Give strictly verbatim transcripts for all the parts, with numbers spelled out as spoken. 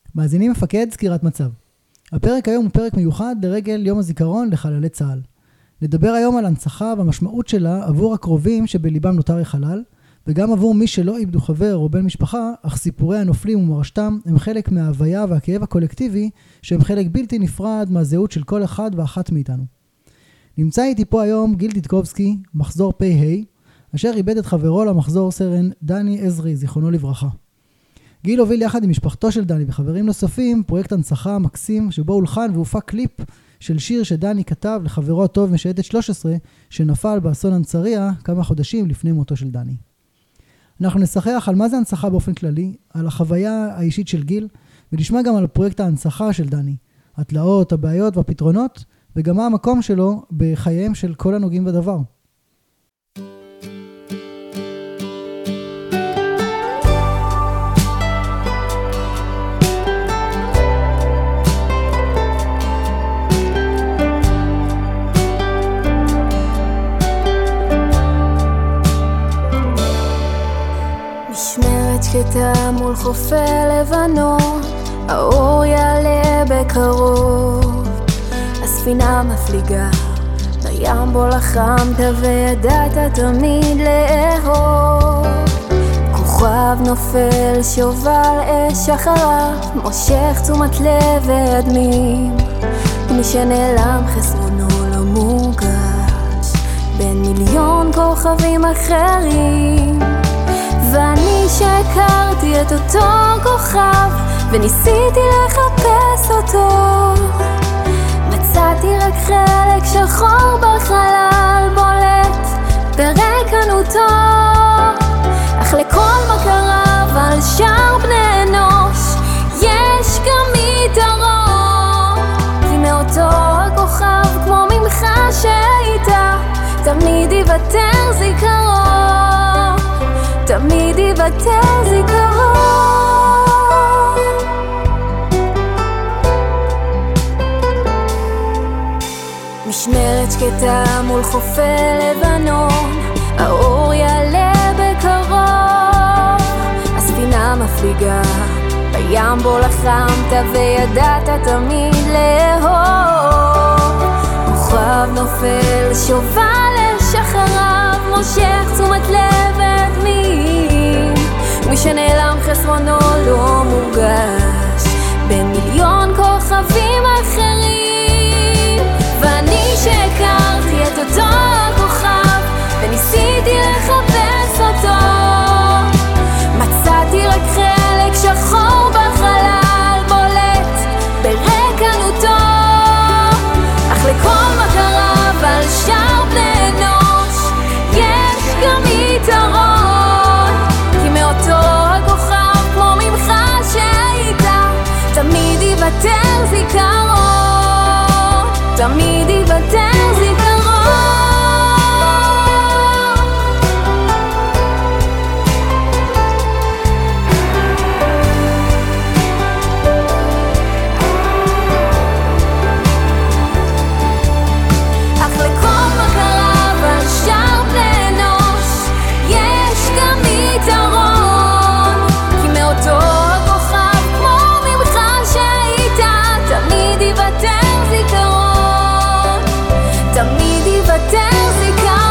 מאזינים מפקד, סקירת מצב. הפרק היום הוא פרק מיוחד לרגל יום הזיכרון לחללי צה"ל. נדבר היום על הנצחה והמשמעות שלה עבור הקרובים שבליבם נותר החלל, וגם עבור מי שלא איבדו חבר או בן משפחה, אך סיפורי הנופלים ומורשתם הם חלק מההוויה והכאב הקולקטיבי, שהם חלק בלתי נפרד מהזהות של כל אחד ואחת מאיתנו. נמצא איתי פה היום גיל דיטקובסקי, מחזור פ"ה, אשר איבד את חברו למחזור סרן דני עזרי, זיכרונו לברכה. גיל הוביל יחד עם משפחתו של דני וחברים נוספים פרויקט הנצחה מקסים, שבו הולחן והופק קליפ של שיר שדני כתב לחברו הטוב משייטת שלוש עשרה, שנפל באסון הנצריה כמה חודשים לפני מותו של דני. אנחנו נשחח על מה זה הנצחה באופן כללי, על החוויה האישית של גיל, ונשמע גם על פרויקט ההנצחה של דני, התלאות, הבעיות והפתרונות, וגם מה המקום שלו בחייהם של כל הנוגעים בדבר. משמרת שקטה מול חופי לבנון, האור יעלה בקרוב, הספינה מפליגה בים בו לחמת וידעת תמיד לאהוב. כוכב נופל שובל אש אחריו, מושך תשומת לב והדמים, מי שנעלם חסרונו לא מורגש בין מיליון כוכבים אחרים. ואני שהכרתי את אותו כוכב וניסיתי לחפש אותו, מצאתי רק חלק שחור בחלל בולט ברקנותו. אך לכל מכריו על שאר בני אנוש יש גם יתרון, כי מאותו הכוכב כמו ממך שהיית תמיד יוותר זיכרון, תמיד יוותר זיכרון. משמרת שקטה מול חופי לבנון, האור יעלה בקרוב, הספינה מפליגה בים בו לחמת וידעת תמיד לאהוב. כוכב נופל שובל אש אחריו, מושך תשומת לב והדמים, מי שנעלם חסרונו לא מורגש בין מיליון כוכבים אחרים. ואני שהכרתי את אותו הכוכב וניסיתי לחפש אותו, מצאתי רק חלק שחור בחלל בולט ברקנותו. אך לכל מכריו על שאר בני אנוש יש גם יתרון, כי מאותו הכוכב כמו ממך שהיית תמיד יוותר זיכרון, תמיד יוותר זיכרון. אך לכל מכריו על שאר בני אנוש יש גם יתרון, כי מאותו הכוכב כמו ממך שהיית תמיד יוותר זיכרון, תמיד יוותר זיכרון.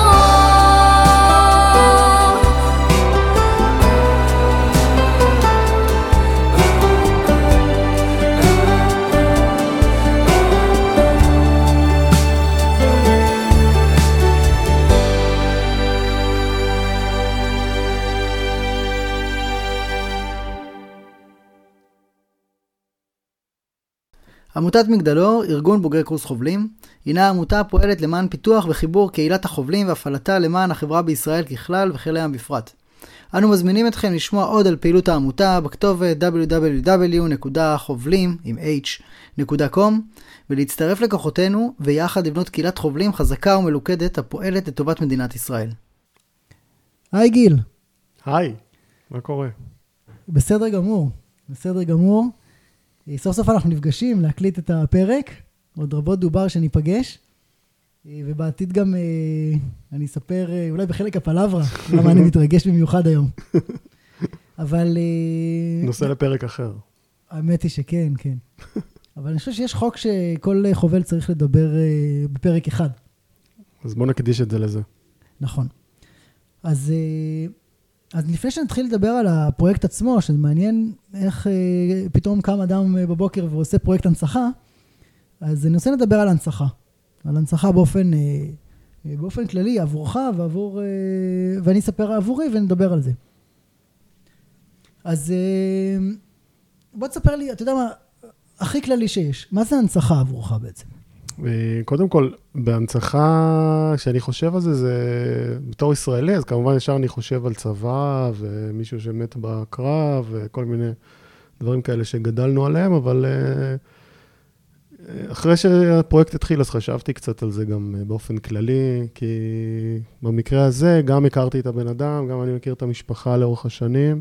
עמותת מגדלור, ארגון בוגרי קורס חובלים, הינה עמותה הפועלת למען פיתוח וחיבור קהילת החובלים והפעלתה למען החברה בישראל ככלל וחיל הים בפרט. אנו מזמינים אתכם לשמוע עוד על פעילות העמותה בכתובת דאבליו דאבליו דאבליו נקודה חובלים עם H נקודה קום, ולהצטרף לכוחותינו ויחד לבנות קהילת חובלים חזקה ומלוכדת הפועלת לטובת מדינת ישראל. היי גיל. היי, מה קורה? בסדר גמור, בסדר גמור. סוף סוף אנחנו נפגשים להקליט את הפרק, עוד רבות דובר שניפגש, ובעתיד גם אני אספר אולי בחלק הפלברה, למה אני מתרגש במיוחד היום. אבל... נושא לפרק אחר. האמת היא שכן, כן. אבל אני חושב שיש חוק שכל חובל צריך לדבר אה, בפרק אחד. אז בוא נקדיש את זה לזה. נכון. אז, אה, אז לפני שנתחיל לדבר על הפרויקט עצמו, שזה מעניין איך אה, פתאום קם אדם בבוקר ועושה פרויקט הנצחה, אז אני רוצה לדבר על הנצחה. על הנצחה באופן, אה, באופן כללי, עבורך ועבור, אה, ואני אספר עבורי ונדבר על זה. אז אה, בוא תספר לי, אתה יודע מה, הכי כללי שיש. מה זה הנצחה עבורך בעצם? קודם כל, בהנצחה, כשאני חושב על זה, זה בתור ישראלי, אז כמובן ישר אני חושב על צבא, ומישהו שמת בקרב, וכל מיני דברים כאלה שגדלנו עליהם, אבל אחרי שהפרויקט התחיל, אז חשבתי קצת על זה גם באופן כללי, כי במקרה הזה גם הכרתי את הבן אדם, גם אני מכיר את המשפחה לאורך השנים,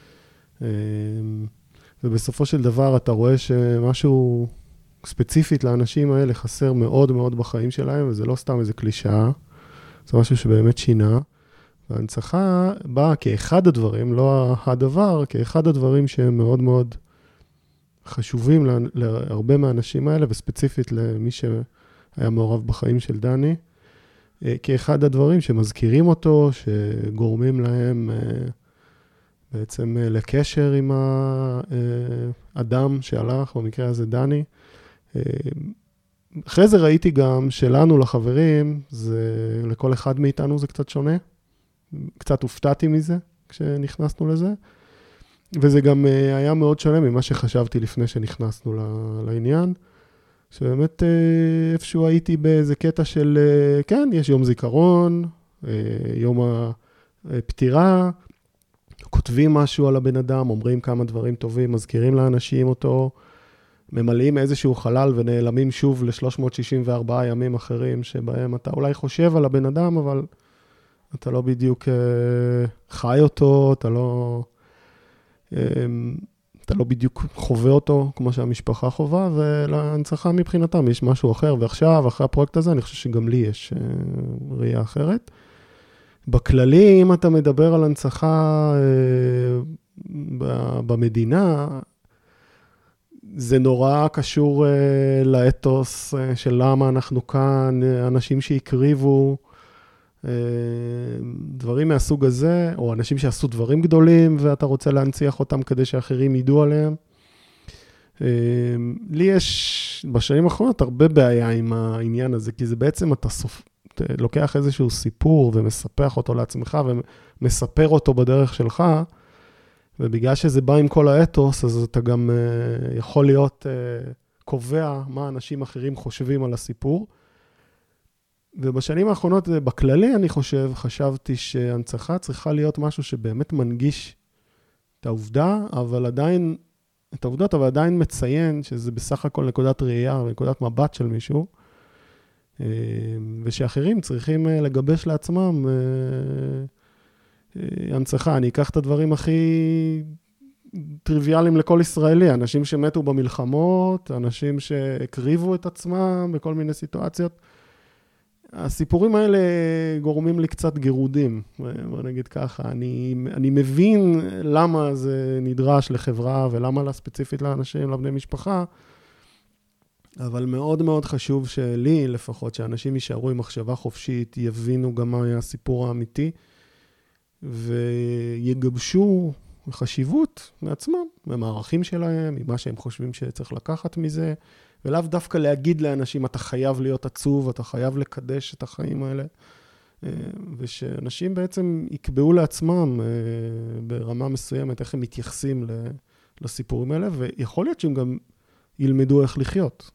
ובסופו של דבר אתה רואה שמשהו ספציפית לאנשים האלה חסר מאוד מאוד בחיים שלהם, וזה לא סתם איזה קלישאה, זה משהו שבאמת שינה. וההנצחה באה כאחד הדברים, לא הדבר, כאחד הדברים שהם מאוד מאוד חשובים לה, להרבה מהאנשים האלה, וספציפית למי שהיה מעורב בחיים של דני, כאחד הדברים שמזכירים אותו, שגורמים להם בעצם לקשר עם האדם שהלך, במקרה הזה דני. אחרי זה ראיתי גם שלנו לחברים, זה, לכל אחד מאיתנו זה קצת שונה. קצת הופתעתי מזה כשנכנסנו לזה. וזה גם היה מאוד שונה ממה שחשבתי לפני שנכנסנו לעניין. שבאמת איפשהו הייתי באיזה קטע של, כן, יש יום זיכרון, יום הפטירה, כותבים משהו על הבן אדם, אומרים כמה דברים טובים, מזכירים לאנשים אותו, ממלאים איזשהו חלל ונעלמים שוב ל-שלוש מאות שישים וארבעה ימים אחרים, שבהם אתה אולי חושב על הבן אדם, אבל אתה לא בדיוק חי אותו, אתה לא, אתה לא בדיוק חווה אותו כמו שהמשפחה חובה, ולהנצחה מבחינתם יש משהו אחר. ועכשיו, אחרי הפרויקט הזה, אני חושב שגם לי יש ראייה אחרת. בכללי, אם אתה מדבר על הנצחה במדינה, זה נורא קשור uh, לאתוס uh, של למה אנחנו כאן, uh, אנשים שהקריבו, uh, דברים מהסוג הזה, או אנשים שעשו דברים גדולים, ואתה רוצה להנציח אותם כדי שאחרים ידעו עליהם. Uh, לי יש בשנים האחרונות הרבה בעיה עם העניין הזה, כי זה בעצם אתה סופ... לוקח איזשהו סיפור ומספח אותו לעצמך, ומספר אותו בדרך שלך, ובגלל שזה בא עם כל האתוס, אז אתה גם uh, יכול להיות uh, קובע מה אנשים אחרים חושבים על הסיפור. ובשנים האחרונות, בכללי אני חושב, חשבתי שהנצחה צריכה להיות משהו שבאמת מנגיש את העובדה, אבל עדיין, את העובדות, אבל עדיין מציין שזה בסך הכל נקודת ראייה, נקודת מבט של מישהו, uh, ושאחרים צריכים uh, לגבש לעצמם uh, הנצחה. אני אקח את הדברים הכי טריוויאליים לכל ישראלי, אנשים שמתו במלחמות, אנשים שהקריבו את עצמם בכל מיני סיטואציות. הסיפורים האלה גורמים לי קצת גירודים, בוא נגיד ככה. אני, אני מבין למה זה נדרש לחברה, ולמה לה ספציפית לאנשים, לבני משפחה, אבל מאוד מאוד חשוב שלי לפחות, שאנשים יישארו עם מחשבה חופשית, יבינו גם מה היה הסיפור האמיתי, ויגבשו חשיבות מעצמם, מהמערכים שלהם, ממה שהם חושבים שצריך לקחת מזה, ולאו דווקא להגיד לאנשים, אתה חייב להיות עצוב, אתה חייב לקדש את החיים האלה, ושאנשים בעצם יקבעו לעצמם ברמה מסוימת, איך הם מתייחסים לסיפורים האלה, ויכול להיות שהם גם ילמדו איך לחיות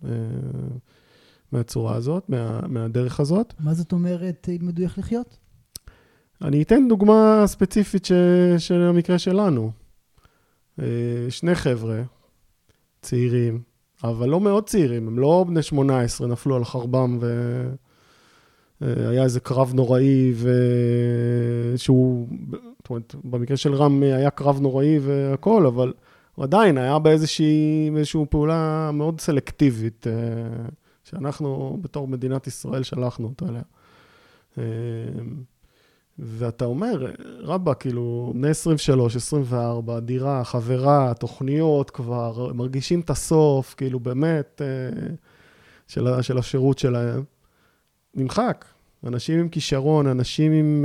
מהצורה הזאת, מה, מהדרך הזאת. מה זאת אומרת ילמדו איך לחיות? אני אתן דוגמה ספציפית ש... של המקרה שלנו. שני חבר'ה, צעירים, אבל לא מאוד צעירים, הם לא בני שמונה עשרה, נפלו על חרבם, והיה איזה קרב נוראי, ושהוא, זאת אומרת, במקרה של רם היה קרב נוראי והכל, אבל הוא עדיין היה באיזושהי, באיזושהי פעולה מאוד סלקטיבית, שאנחנו בתור מדינת ישראל שלחנו אותה עליה. ואתה אומר, רבא, כאילו, בני עשרים ושלוש, עשרים וארבע, דירה, חברה, תוכניות כבר, מרגישים את הסוף, כאילו, באמת, של, של השירות שלהם. נמחק. אנשים עם כישרון, אנשים עם,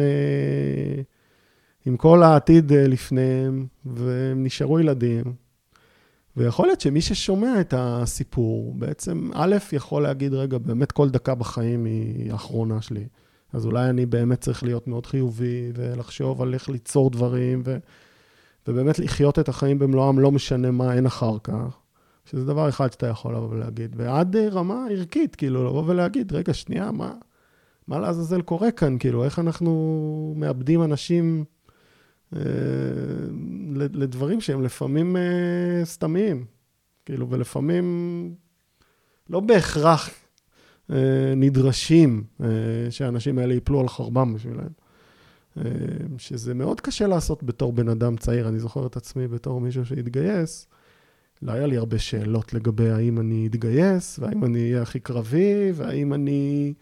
עם כל העתיד לפניהם, והם נשארו ילדים. ויכול להיות שמי ששומע את הסיפור, בעצם, א', יכול להגיד, רגע, באמת כל דקה בחיים היא האחרונה שלי. אז אולי אני באמת צריך להיות מאוד חיובי, ולחשוב על איך ליצור דברים, ו... ובאמת לחיות את החיים במלואם, לא משנה מה אין אחר כך. שזה דבר אחד שאתה יכול לבוא ולהגיד. ועד רמה ערכית, כאילו, לבוא ולהגיד, רגע, שנייה, מה, מה לעזאזל קורה כאן? כאילו, איך אנחנו מאבדים אנשים אה, לדברים שהם לפעמים אה, סתמיים. כאילו, ולפעמים לא בהכרח אה, נדרשים אה, שהאנשים האלה ייפלו על חרבם בשבילם. אה, שזה מאוד קשה לעשות בתור בן אדם צעיר. אני זוכר את עצמי בתור מישהו שהתגייס. לא היה לי הרבה שאלות לגבי האם אני אתגייס, והאם אני אהיה הכי קרבי, והאם אני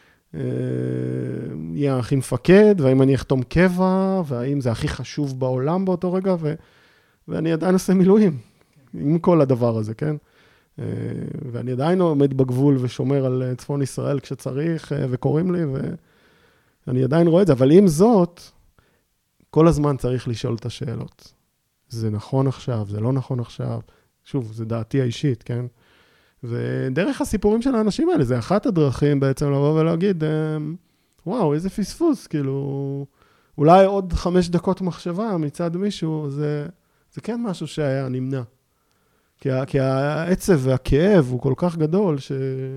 אהיה הכי מפקד, והאם אני אחתום קבע, והאם זה הכי חשוב בעולם באותו רגע, ו... ואני עדיין עושה מילואים, עם כל הדבר הזה, כן? ואני עדיין עומד בגבול ושומר על צפון ישראל כשצריך, וקוראים לי, ואני עדיין רואה את זה, אבל עם זאת, כל הזמן צריך לשאול את השאלות. זה נכון עכשיו, זה לא נכון עכשיו. שוב, זה דעתי האישית, כן? ודרך הסיפורים של האנשים האלה, זה אחת הדרכים בעצם לבוא ולהגיד, וואו, איזה פספוס, כאילו, אולי עוד חמש דקות מחשבה מצד מישהו, זה, זה כן משהו שהיה נמנע. כי, כי העצב והכאב הוא כל כך גדול, ש...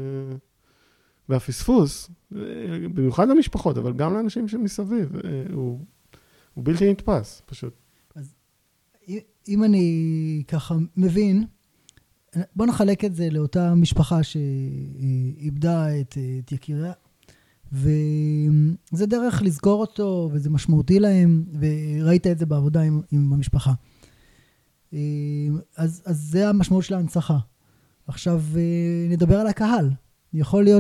והפספוס, במיוחד למשפחות, אבל גם לאנשים שמסביב, הוא, הוא בלתי נתפס, פשוט. אם אני ככה מבין, בוא נחלק את זה לאותה משפחה שאיבדה את, את יקיריה, וזה דרך לסגור אותו, וזה משמעותי להם, וראית את זה בעבודה עם, עם המשפחה. אז, אז זה המשמעות של ההנצחה. עכשיו נדבר על הקהל. יכול להיות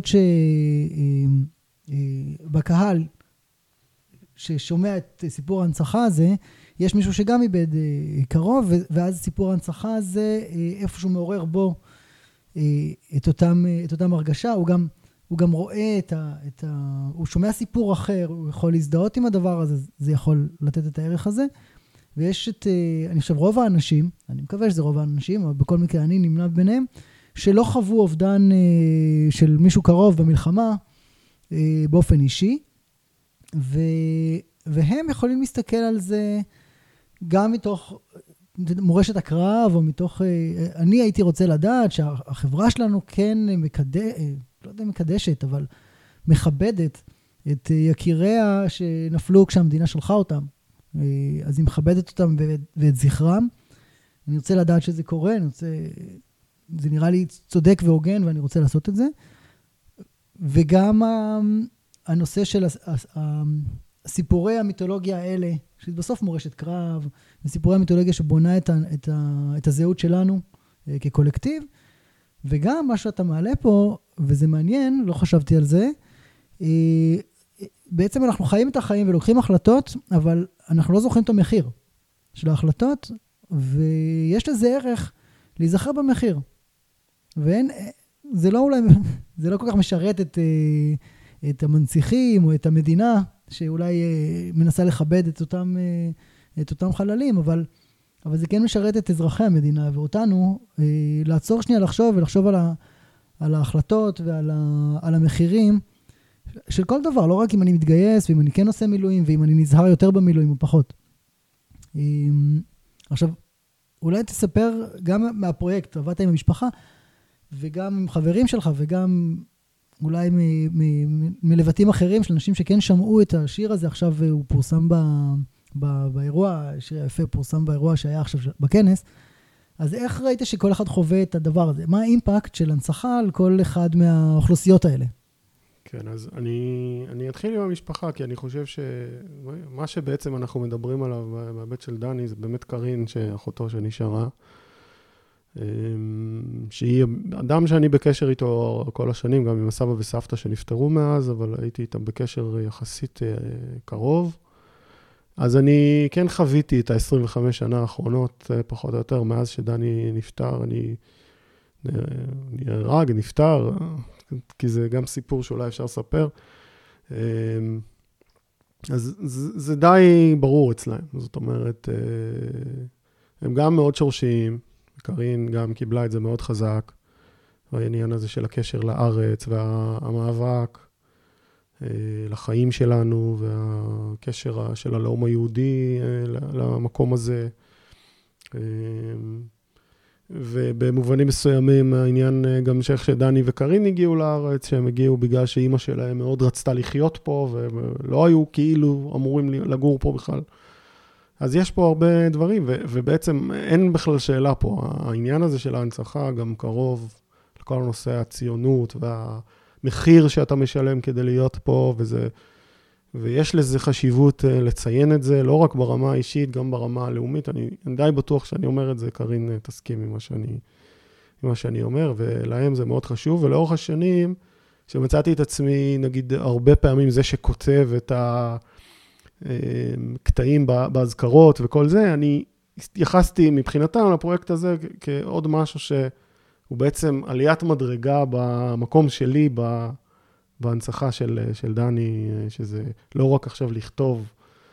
שבקהל ששומע את סיפור ההנצחה הזה, יש מישהו שגם איבד קרוב, ואז סיפור ההנצחה הזה, איפשהו מעורר בו את אותם, את אותם הרגשה, הוא גם, הוא גם רואה את ה, את ה... הוא שומע סיפור אחר, הוא יכול להזדהות עם הדבר הזה, זה יכול לתת את הערך הזה. ויש את, אני חושב, רוב האנשים, אני מקווה שזה רוב האנשים, אבל בכל מקרה אני נמנה ביניהם, שלא חוו אובדן של מישהו קרוב במלחמה באופן אישי, ו... והם יכולים להסתכל על זה גם מתוך מורשת הקרב, או מתוך, אני הייתי רוצה לדעת שהחברה שלנו כן מקדשת, לא יודע מקדשת, אבל מכבדת את יקיריה שנפלו כשהמדינה שלחה אותם. אז היא מכבדת אותם ואת זכרם. אני רוצה לדעת שזה קורה, אני רוצה, זה נראה לי צודק והוגן, ואני רוצה לעשות את זה. וגם הנושא של סיפורי המיתולוגיה האלה, שבסוף מורשת קרב, וסיפורי המיתולוגיה שבונה את, ה, את, ה, את הזהות שלנו אה, כקולקטיב, וגם מה שאתה מעלה פה, וזה מעניין, לא חשבתי על זה, אה, בעצם אנחנו חיים את החיים ולוקחים החלטות, אבל אנחנו לא זוכרים את המחיר של ההחלטות, ויש לזה ערך להיזכר במחיר. ואין, זה לא אולי, זה לא כל כך משרת את, את המנציחים או את המדינה, שאולי מנסה לכבד את אותם, את אותם חללים, אבל, אבל זה כן משרת את אזרחי המדינה ואותנו, לעצור שנייה לחשוב ולחשוב על, ה, על ההחלטות ועל ה, על המחירים של כל דבר, לא רק אם אני מתגייס, ואם אני כן עושה מילואים, ואם אני נזהר יותר במילואים או פחות. עכשיו, אולי תספר גם מהפרויקט, עבדת עם המשפחה, וגם עם חברים שלך, וגם אולי מ- מ- מלבטים אחרים של אנשים שכן שמעו את השיר הזה, עכשיו הוא פורסם ב- ב- באירוע, השיר היפה פורסם באירוע שהיה עכשיו בכנס, אז איך ראית שכל אחד חווה את הדבר הזה? מה האימפקט של הנצחה על כל אחד מהאוכלוסיות האלה? כן, אז אני, אני אתחיל עם המשפחה, כי אני חושב שמה שבעצם אנחנו מדברים עליו בהיבט של דני, זה באמת קרין, שאחותו שנשארה, שהיא אדם שאני בקשר איתו כל השנים, גם עם הסבא וסבתא שנפטרו מאז, אבל הייתי איתם בקשר יחסית קרוב. אז אני כן חוויתי את ה-עשרים וחמש שנה האחרונות, פחות או יותר, מאז שדני נפטר, אני נהרג, נפטר, כי זה גם סיפור שאולי אפשר לספר. אז זה, זה די ברור אצלהם, זאת אומרת, הם גם מאוד שורשיים, קרין גם קיבלה את זה מאוד חזק, העניין הזה של הקשר לארץ והמאבק לחיים שלנו, והקשר של הלאום היהודי למקום הזה. ובמובנים מסוימים העניין גם שאיך שדני וקרין הגיעו לארץ, שהם הגיעו בגלל שאימא שלהם מאוד רצתה לחיות פה, ולא היו כאילו אמורים לגור פה בכלל. אז יש פה הרבה דברים, ובעצם אין בכלל שאלה פה. העניין הזה של ההנצחה גם קרוב לכל נושא הציונות והמחיר שאתה משלם כדי להיות פה, וזה, ויש לזה חשיבות לציין את זה, לא רק ברמה האישית, גם ברמה הלאומית. אני, אני די בטוח שאני אומר את זה, קרין תסכים עם מה שאני, עם מה שאני אומר, ולהם זה מאוד חשוב. ולאורך השנים, כשמצאתי את עצמי, נגיד, הרבה פעמים זה שכותב את ה... קטעים בהזכרות וכל זה, אני יחסתי מבחינתם לפרויקט הזה כעוד משהו שהוא בעצם עליית מדרגה במקום שלי, בהנצחה של, של דני, שזה לא רק עכשיו לכתוב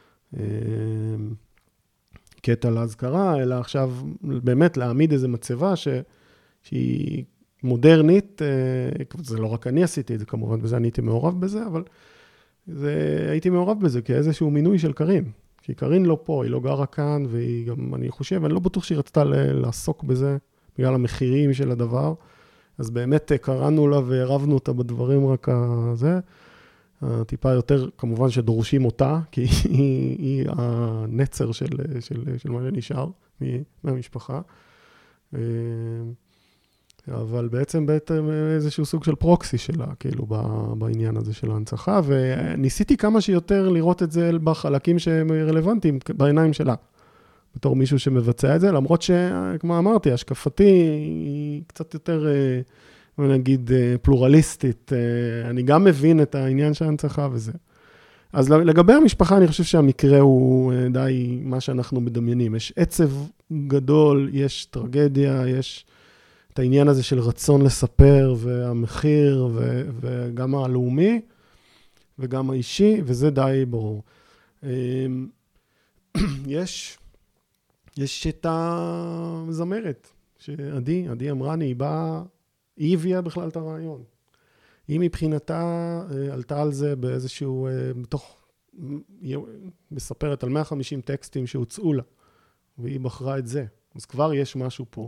קטע להזכרה, אלא עכשיו באמת להעמיד איזו מצבה ש, שהיא מודרנית, זה לא רק אני עשיתי את זה כמובן, בזה אני הייתי מעורב בזה, אבל זה, הייתי מעורב בזה כאיזשהו מינוי של קרין, כי קרין לא פה, היא לא גרה כאן, והיא גם, אני חושב, אני לא בטוח שהיא רצתה לעסוק בזה, בגלל המחירים של הדבר, אז באמת קראנו לה והרבנו אותה בדברים רק הזה, טיפה יותר, כמובן שדורשים אותה, כי היא, היא הנצר של, של, של מה שנשאר מהמשפחה, אבל בעצם בעצם איזשהו סוג של פרוקסי שלה, כאילו, בעניין הזה של ההנצחה, וניסיתי כמה שיותר לראות את זה בחלקים שהם רלוונטיים בעיניים שלה, בתור מישהו שמבצע את זה, למרות שכמו אמרתי, השקפתי היא קצת יותר, נגיד, פלורליסטית, אני גם מבין את העניין של ההנצחה וזה. אז לגבי המשפחה, אני חושב שהמקרה הוא די מה שאנחנו מדמיינים, יש עצב גדול, יש טרגדיה, יש את העניין הזה של רצון לספר, והמחיר, ו- וגם הלאומי, וגם האישי, וזה די ברור. יש, יש את הזמרת, שעדי, עדי אמרני, היא באה, היא הביאה בכלל את הרעיון. היא מבחינתה עלתה על זה באיזשהו, בתוך, היא מספרת על מאה וחמישים טקסטים שהוצאו לה, והיא בחרה את זה. אז כבר יש משהו פה.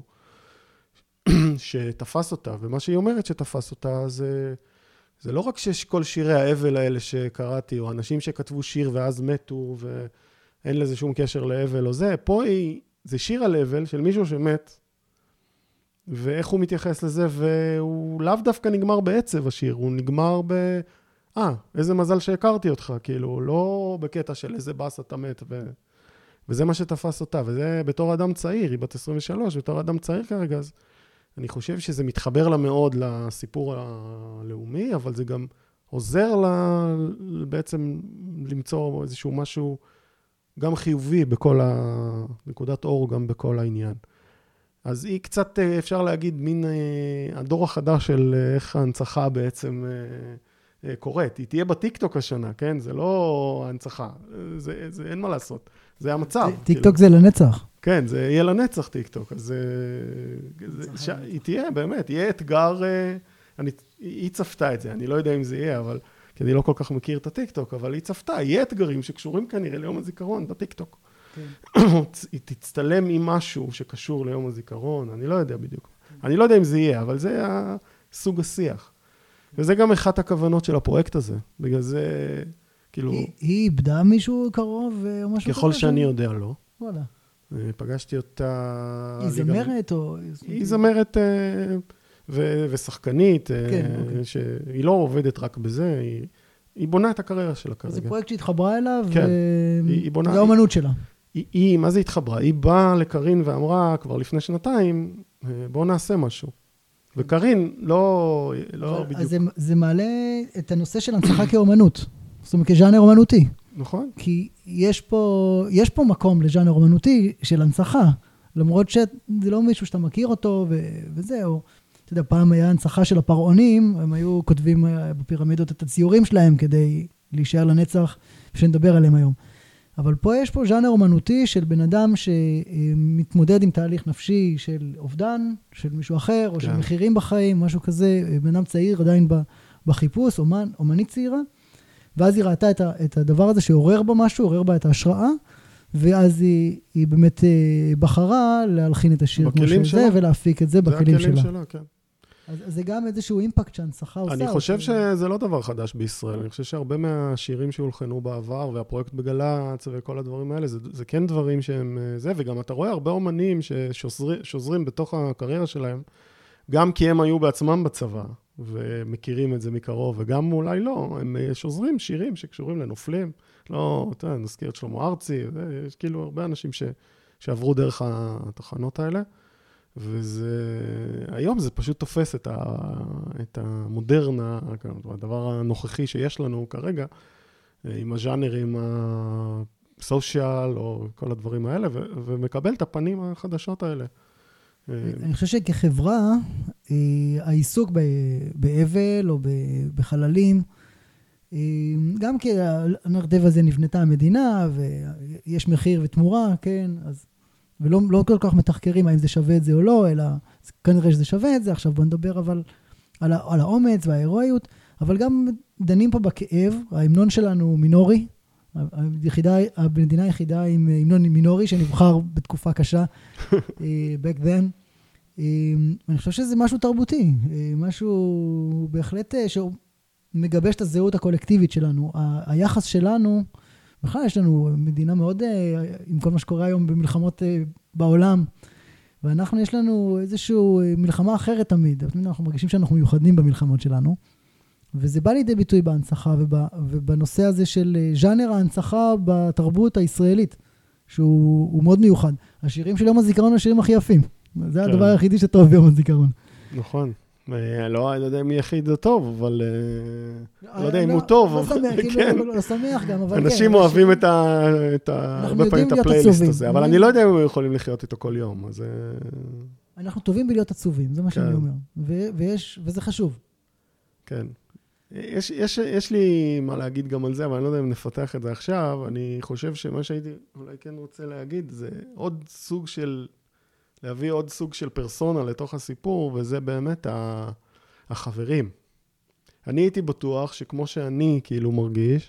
שתפס אותה, ומה שהיא אומרת שתפס אותה, זה, זה לא רק שיש כל שירי האבל האלה שקראתי, או אנשים שכתבו שיר ואז מתו, ואין לזה שום קשר לאבל או זה, פה היא, זה שיר על אבל של מישהו שמת, ואיך הוא מתייחס לזה, והוא לאו דווקא נגמר בעצב השיר, הוא נגמר ב... אה, איזה מזל שהכרתי אותך, כאילו, לא בקטע של איזה בס אתה מת, ו... וזה מה שתפס אותה, וזה בתור אדם צעיר, היא בת עשרים ושלוש, בתור אדם צעיר כרגע, אז אני חושב שזה מתחבר לה מאוד לסיפור הלאומי, אבל זה גם עוזר לה בעצם למצוא איזשהו משהו גם חיובי בכל הנקודת אור, גם בכל העניין. אז היא קצת, אפשר להגיד, מין הדור החדש של איך ההנצחה בעצם קורית. היא תהיה בטיקטוק השנה, כן? זה לא ההנצחה, זה, זה אין מה לעשות. זה המצב. טיקטוק זה לנצח. כן, זה יהיה לנצח טיקטוק, אז היא תהיה, באמת, יהיה אתגר, היא צפתה את זה, אני לא יודע אם זה יהיה, אבל, כי אני לא כל כך מכיר את הטיקטוק, אבל היא צפתה, יהיה אתגרים שקשורים כנראה ליום הזיכרון בטיקטוק. היא תצטלם עם משהו שקשור ליום הזיכרון, אני לא יודע בדיוק. אני לא יודע אם זה יהיה, אבל זה סוג השיח. וזה גם אחת הכוונות של הפרויקט הזה, בגלל זה, כאילו... היא איבדה מישהו קרוב או משהו? ככל שאני יודע, לא. וואלה. פגשתי אותה... היא זמרת או... היא זמרת ושחקנית, שהיא לא עובדת רק בזה, היא בונה את הקריירה שלה כרגע. זה פרויקט שהתחברה אליו, זה האמנות שלה. היא, מה זה התחברה? היא באה לקרין ואמרה כבר לפני שנתיים, בואו נעשה משהו. וקרין לא, לא בדיוק. אז זה, זה מעלה את הנושא של הנצחה כאומנות. זאת אומרת, כז'אנר אומנותי. נכון. כי יש פה, יש פה מקום לז'אנר אומנותי של הנצחה, למרות שזה לא מישהו שאתה מכיר אותו ו- וזהו. אתה יודע, פעם היה הנצחה של הפרעונים, הם היו כותבים בפירמידות את הציורים שלהם כדי להישאר לנצח, שנדבר עליהם היום. אבל פה יש פה ז'אנר אומנותי של בן אדם שמתמודד עם תהליך נפשי של אובדן, של מישהו אחר, או של מחירים בחיים, משהו כזה, בן אדם צעיר עדיין בחיפוש, אומן, אומנית צעירה, ואז היא ראתה את, ה, את הדבר הזה שעורר בה משהו, עורר בה את ההשראה, ואז היא, היא באמת בחרה להלחין את השיר כמו שזה, שלה. ולהפיק את זה, זה בכלים שלה. שלה כן. אז, אז זה גם איזשהו אימפקט שהנצחה עושה. אני חושב שזה לא דבר חדש בישראל. אני חושב שהרבה מהשירים שהולחנו בעבר, והפרויקט בגלץ וכל הדברים האלה, זה, זה כן דברים שהם זה, וגם אתה רואה הרבה אומנים ששוזרים בתוך הקריירה שלהם, גם כי הם היו בעצמם בצבא, ומכירים את זה מקרוב, וגם אולי לא, הם שוזרים שירים שקשורים לנופלים. לא, אתה יודע, נזכיר את שלמה ארצי, יש כאילו הרבה אנשים ש, שעברו דרך התחנות האלה. וזה, היום זה פשוט תופס את, ה, את המודרנה, הדבר הנוכחי שיש לנו כרגע, עם הז'אנרים הסושיאל, או כל הדברים האלה, ו, ומקבל את הפנים החדשות האלה. אני חושב שכחברה, העיסוק באבל או בחללים, גם כי הנרטיב הזה נבנתה המדינה, ויש מחיר ותמורה, כן, אז... ולא לא כל כך מתחקרים האם זה שווה את זה או לא, אלא כנראה שזה שווה את זה, עכשיו בוא נדבר אבל על, על האומץ וההירואיות, אבל גם דנים פה בכאב, ההמנון שלנו הוא מינורי, היחידה, המדינה היחידה עם המנון מינורי שנבחר בתקופה קשה, back then, אני חושב שזה משהו תרבותי, משהו בהחלט שהוא מגבש את הזהות הקולקטיבית שלנו, ה- היחס שלנו, בכלל יש לנו מדינה מאוד, עם כל מה שקורה היום במלחמות בעולם, ואנחנו יש לנו איזושהי מלחמה אחרת תמיד, אנחנו מרגישים שאנחנו מיוחדים במלחמות שלנו, וזה בא לידי ביטוי בהנצחה, ובנושא הזה של ז'אנר ההנצחה בתרבות הישראלית, שהוא מאוד מיוחד. השירים של יום הזיכרון הם השירים הכי יפים, זה הדבר היחידי שטוב ביום הזיכרון. נכון. לא יודע אם יחיד זה טוב, אבל לא יודע אם הוא טוב. לא שמח גם, אבל כן. אנשים אוהבים הרבה פעמים את הפלייליסט הזה, אבל אני לא יודע אם הם יכולים לחיות איתו כל יום. אנחנו טובים בלהיות עצובים, זה מה שאני אומר. וזה חשוב. כן. יש לי מה להגיד גם על זה, אבל אני לא יודע אם נפתח את זה עכשיו. אני חושב שמה שהייתי אולי כן רוצה להגיד, זה עוד סוג של... להביא עוד סוג של פרסונה לתוך הסיפור, וזה באמת החברים. אני הייתי בטוח שכמו שאני כאילו מרגיש,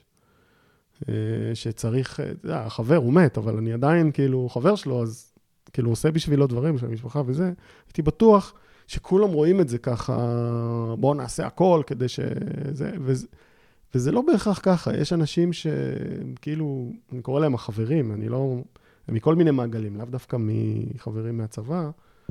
שצריך, החבר הוא מת, אבל אני עדיין כאילו חבר שלו, אז כאילו עושה בשבילו דברים של המשפחה וזה, הייתי בטוח שכולם רואים את זה ככה, בואו נעשה הכל כדי שזה, וזה, וזה לא בהכרח ככה, יש אנשים שכאילו, אני קורא להם החברים, אני לא... מכל מיני מעגלים, לאו דווקא מחברים מהצבא,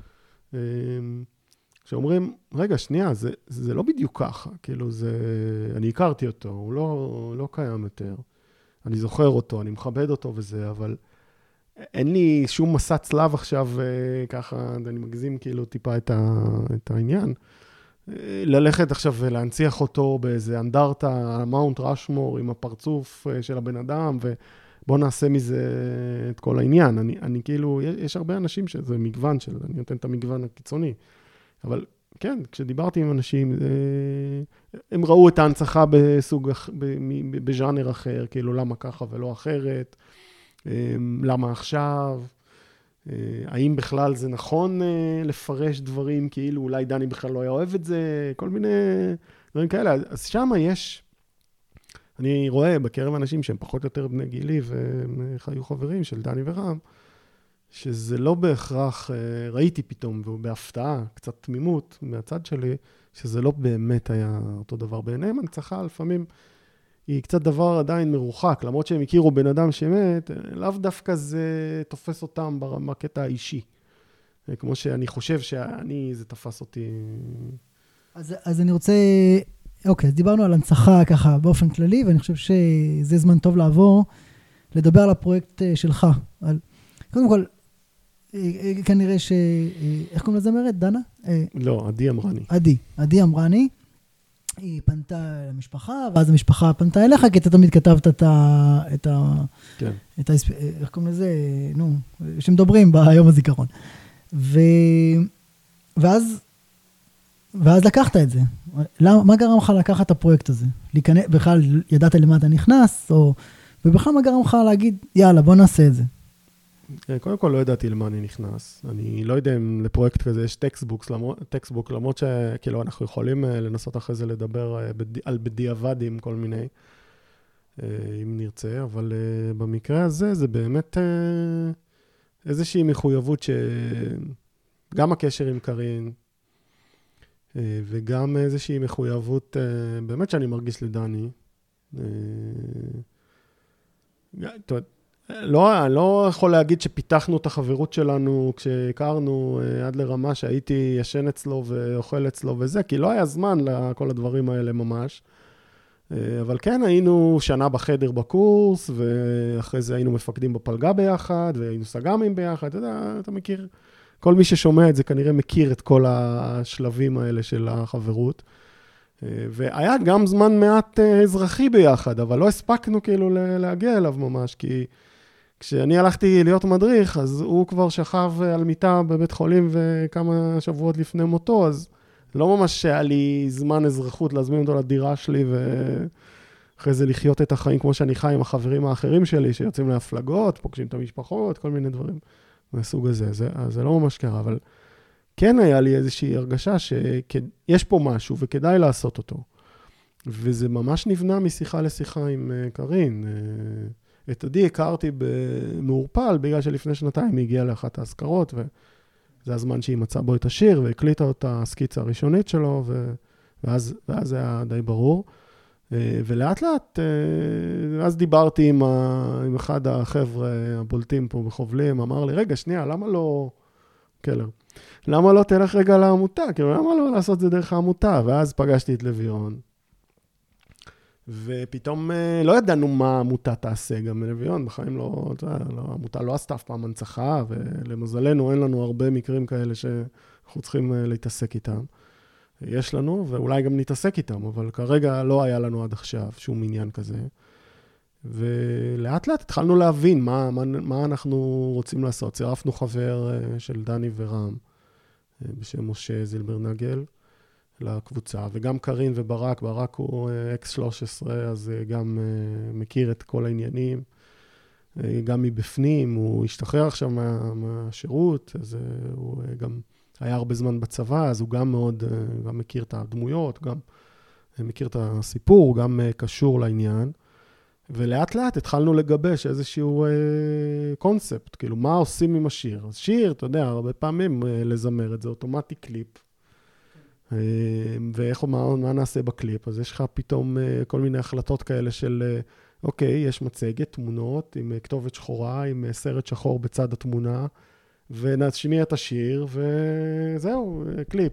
שאומרים, רגע, שנייה, זה, זה לא בדיוק ככה, כאילו זה, אני הכרתי אותו, הוא לא, לא קיים יותר, אני זוכר אותו, אני מכבד אותו וזה, אבל אין לי שום מסע צלב עכשיו, ככה, אני מגזים כאילו טיפה את, ה, את העניין, ללכת עכשיו ולהנציח אותו באיזה אנדרטה, מאונט רשמור, עם הפרצוף של הבן אדם, ו... בוא נעשה מזה את כל העניין. אני, אני כאילו, יש הרבה אנשים שזה מגוון של, אני נותן את המגוון הקיצוני. אבל כן, כשדיברתי עם אנשים, הם ראו את ההנצחה בסוג, בז'אנר אחר, כאילו למה ככה ולא אחרת, למה עכשיו, האם בכלל זה נכון לפרש דברים, כאילו אולי דני בכלל לא היה אוהב את זה, כל מיני דברים כאלה. אז שם יש... אני רואה בקרב אנשים שהם פחות או יותר בני גילי וחיו חברים של דני ורם, שזה לא בהכרח, ראיתי פתאום, ובהפתעה, קצת תמימות מהצד שלי, שזה לא באמת היה אותו דבר בעיניהם. הנצחה לפעמים היא קצת דבר עדיין מרוחק, למרות שהם הכירו בן אדם שמת, לאו דווקא זה תופס אותם בקטע האישי. כמו שאני חושב שאני, זה תפס אותי. אז, אז אני רוצה... אוקיי, אז דיברנו על הנצחה ככה באופן כללי, ואני חושב שזה זמן טוב לעבור, לדבר על הפרויקט שלך. על... קודם כל, כנראה ש... איך קוראים לזמרת? דנה? לא, עדי אמרני. עדי, עדי אמרני. היא פנתה למשפחה, ואז המשפחה פנתה אליך, כי אתה תמיד כתבת את ה... את ה... כן. את ה... איך קוראים לזה? נו, שמדברים ביום הזיכרון. ו... ואז, ואז לקחת את זה. למה, מה גרם לך לקחת את הפרויקט הזה? להיכנס, בכלל ידעת למה אתה נכנס, או... ובכלל מה גרם לך להגיד, יאללה, בוא נעשה את זה. קודם כל לא ידעתי למה אני נכנס. אני לא יודע אם לפרויקט כזה יש טקסטבוק, טקסטבוק, למרות שכאילו אנחנו יכולים לנסות אחרי זה לדבר על בדיעבדים כל מיני, אם נרצה, אבל במקרה הזה זה באמת איזושהי מחויבות שגם הקשר עם קרין, וגם איזושהי מחויבות באמת שאני מרגיש לדני. לא, לא יכול להגיד שפיתחנו את החברות שלנו כשהכרנו עד לרמה שהייתי ישן אצלו ואוכל אצלו וזה, כי לא היה זמן לכל הדברים האלה ממש. אבל כן, היינו שנה בחדר בקורס, ואחרי זה היינו מפקדים בפלגה ביחד, והיינו סגמים ביחד, אתה יודע, אתה מכיר, כל מי ששומע את זה כנראה מכיר את כל השלבים האלה של החברות. והיה גם זמן מעט אזרחי ביחד, אבל לא הספקנו כאילו להגיע אליו ממש, כי כשאני הלכתי להיות מדריך, אז הוא כבר שכב על מיטה בבית חולים וכמה שבועות לפני מותו, אז לא ממש היה לי זמן אזרחות להזמין אותו לדירה שלי, ואחרי זה לחיות את החיים כמו שאני חי עם החברים האחרים שלי, שיוצאים להפלגות, פוגשים את המשפחות, כל מיני דברים מהסוג הזה. זה, זה לא ממש קרה, אבל כן היה לי איזושהי הרגשה שיש פה משהו וכדאי לעשות אותו. וזה ממש נבנה משיחה לשיחה עם קרין. את עדי הכרתי במעורפל, בגלל שלפני שנתיים היא הגיעה לאחת ההזכרות, וזה הזמן שהיא מצאה בו את השיר, והקליטה אותה הסקיצה הראשונית שלו, ואז, ואז זה היה די ברור. ולאט לאט, אז דיברתי עם, ה, עם אחד החבר'ה הבולטים פה בחובלים, אמר לי, רגע, שנייה, למה לא... קלר. למה לא תלך רגע לעמותה? כאילו, למה לא לעשות זה דרך העמותה? ואז פגשתי את לויון. ופתאום לא ידענו מה העמותה תעשה, גם לויון, בחיים לא, לא, העמותה לא עשתה אף פעם הנצחה, ולמזלנו אין לנו הרבה מקרים כאלה שאנחנו צריכים להתעסק איתם. יש לנו, ואולי גם נתעסק איתם, אבל כרגע לא היה לנו עד עכשיו שום עניין כזה. ולאט לאט התחלנו להבין מה, מה, מה אנחנו רוצים לעשות. צירפנו חבר של דני ורם, בשם משה זילברנגל, לקבוצה, וגם קרין וברק, ברק הוא אקס שלוש עשרה, אז גם מכיר את כל העניינים, גם מבפנים, הוא השתחרר עכשיו מה, מהשירות, אז הוא גם היה הרבה זמן בצבא, אז הוא גם מאוד, גם מכיר את הדמויות, גם מכיר את הסיפור, גם קשור לעניין, ולאט לאט התחלנו לגבש איזשהו אה, קונספט, כאילו מה עושים עם השיר. אז שיר, אתה יודע, הרבה פעמים אה, לזמר את זה, אוטומטי קליפ. אה, ואיך, מה, מה נעשה בקליפ? אז יש לך פתאום אה, כל מיני החלטות כאלה של, אה, אוקיי, יש מצגת, תמונות, עם אה, כתובת שחורה, עם אה, סרט שחור בצד התמונה, ונשמיע את השיר, וזהו, אה, קליפ.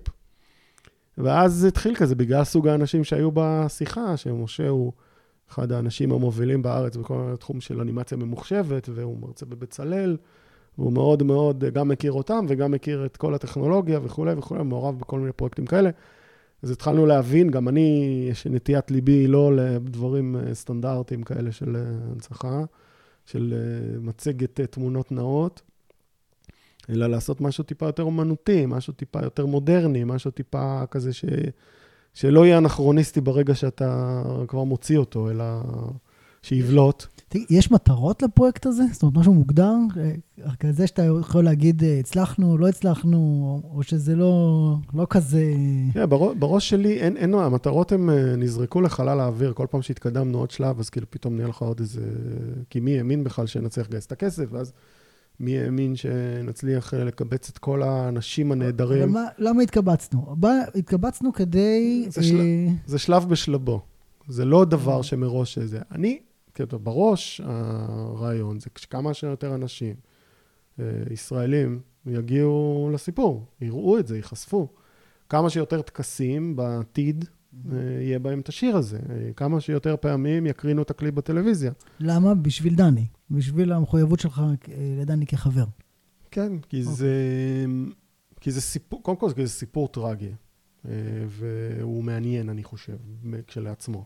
ואז התחיל כזה, בגלל סוג האנשים שהיו בשיחה, שמשה הוא... אחד האנשים המובילים בארץ בכל התחום של אנימציה ממוחשבת, והוא מרצה בבצלאל, והוא מאוד מאוד גם מכיר אותם, וגם מכיר את כל הטכנולוגיה וכו' וכו', מעורב בכל מיני פרויקטים כאלה. אז התחלנו להבין, גם אני, יש נטיית ליבי לא לדברים סטנדרטיים כאלה של הנצחה, של מצגת תמונות נאות, אלא לעשות משהו טיפה יותר אומנותי, משהו טיפה יותר מודרני, משהו טיפה כזה ש... שלא יהיה אנכרוניסטי ברגע שאתה כבר מוציא אותו, אלא שיבלוט. יש מטרות לפרויקט הזה? זאת אומרת, משהו מוגדר? כזה שאתה יכול להגיד, הצלחנו, לא הצלחנו, או שזה לא, לא כזה... Yeah, בראש, בראש שלי, אין, אין, המטרות הם נזרקו לחלל האוויר, כל פעם שהתקדמנו עוד שלב, אז כאילו פתאום נהיה לך עוד איזה... כי מי האמין בכלל שנצליח לגייס את הכסף, ואז מי האמין שנצליח לקבץ את כל האנשים הנהדרים. אבל מה, למה התקבצנו? התקבצנו כדי... זה, של... זה שלב בשלבו. זה לא דבר שמראש זה. אני, כאילו, בראש הרעיון, זה כמה שיותר אנשים, ישראלים, יגיעו לסיפור, יראו את זה, יחשפו. כמה שיותר תקסים בעתיד, יהיה בהם את השיר הזה. כמה שיותר פעמים יקרינו את הקליפ בטלוויזיה. למה? בשביל דני. בשביל המחויבות שלך לדני כחבר. כן, כי זה, כי זה סיפור, קודם כל, כי זה סיפור טרגי. והוא מעניין, אני חושב, כשלעצמו.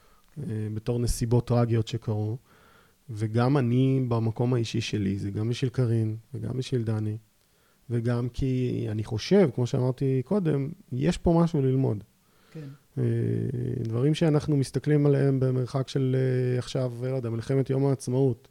בתור נסיבות טרגיות שקרו, וגם אני במקום האישי שלי, זה גם בשביל קרין, וגם בשביל דני, וגם כי אני חושב, כמו שאמרתי קודם, יש פה משהו ללמוד. כן. דברים שאנחנו מסתכלים עליהם במרחק של עכשיו, לא יודע, מלחמת יום העצמאות.